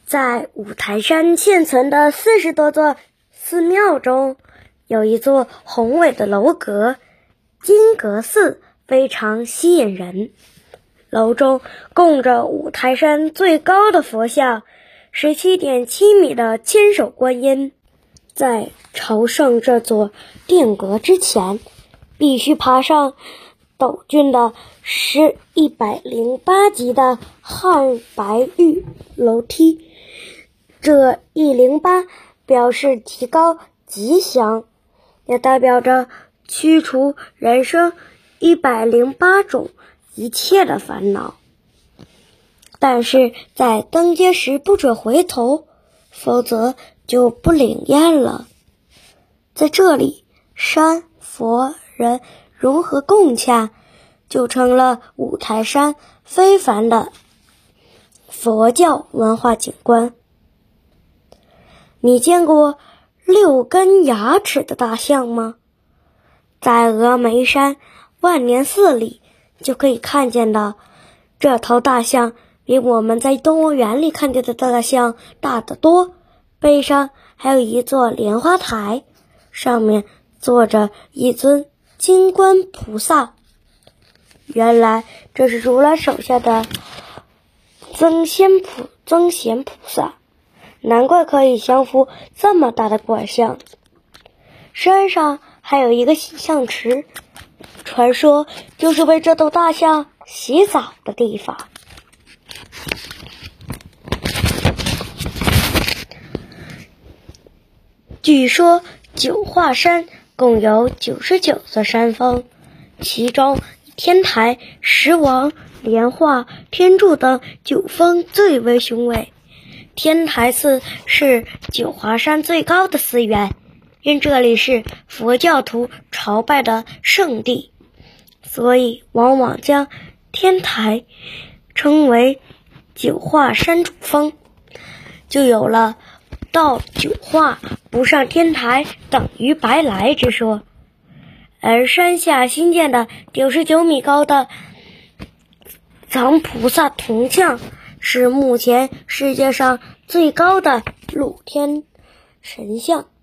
在五台山现存的40多座寺庙中，有一座宏伟的楼阁金阁寺，非常吸引人。楼中供着五台山最高的佛像17.7米的千手观音。在朝圣这座殿阁之前，必须爬上陡峻的108级的汉白玉楼梯，这108表示提高吉祥，也代表着驱除人生108种一切的烦恼。但是在登阶时不准回头，否则就不灵验了。在这里，山佛人融合共洽，就成了五台山非凡的佛教文化景观。你见过6根牙齿的大象吗？在峨眉山万年寺里就可以看见的。这头大象比我们在动物园里看见的大象大得多，背上还有一座莲花台，上面坐着一尊金观菩萨。原来这是如来手下的增贤菩萨，难怪可以降服这么大的怪象。山上还有一个洗象池，传说就是为这头大象洗澡的地方。据说九华山共有99座山峰，其中天台、石王、莲花、天柱等9峰最为雄伟。天台寺是九华山最高的寺院，因这里是佛教徒朝拜的圣地，所以往往将天台称为九华山主峰，就有了到九华不上天台等于白来之说。而山下新建的99米高的藏菩萨铜像是目前世界上最高的露天神像。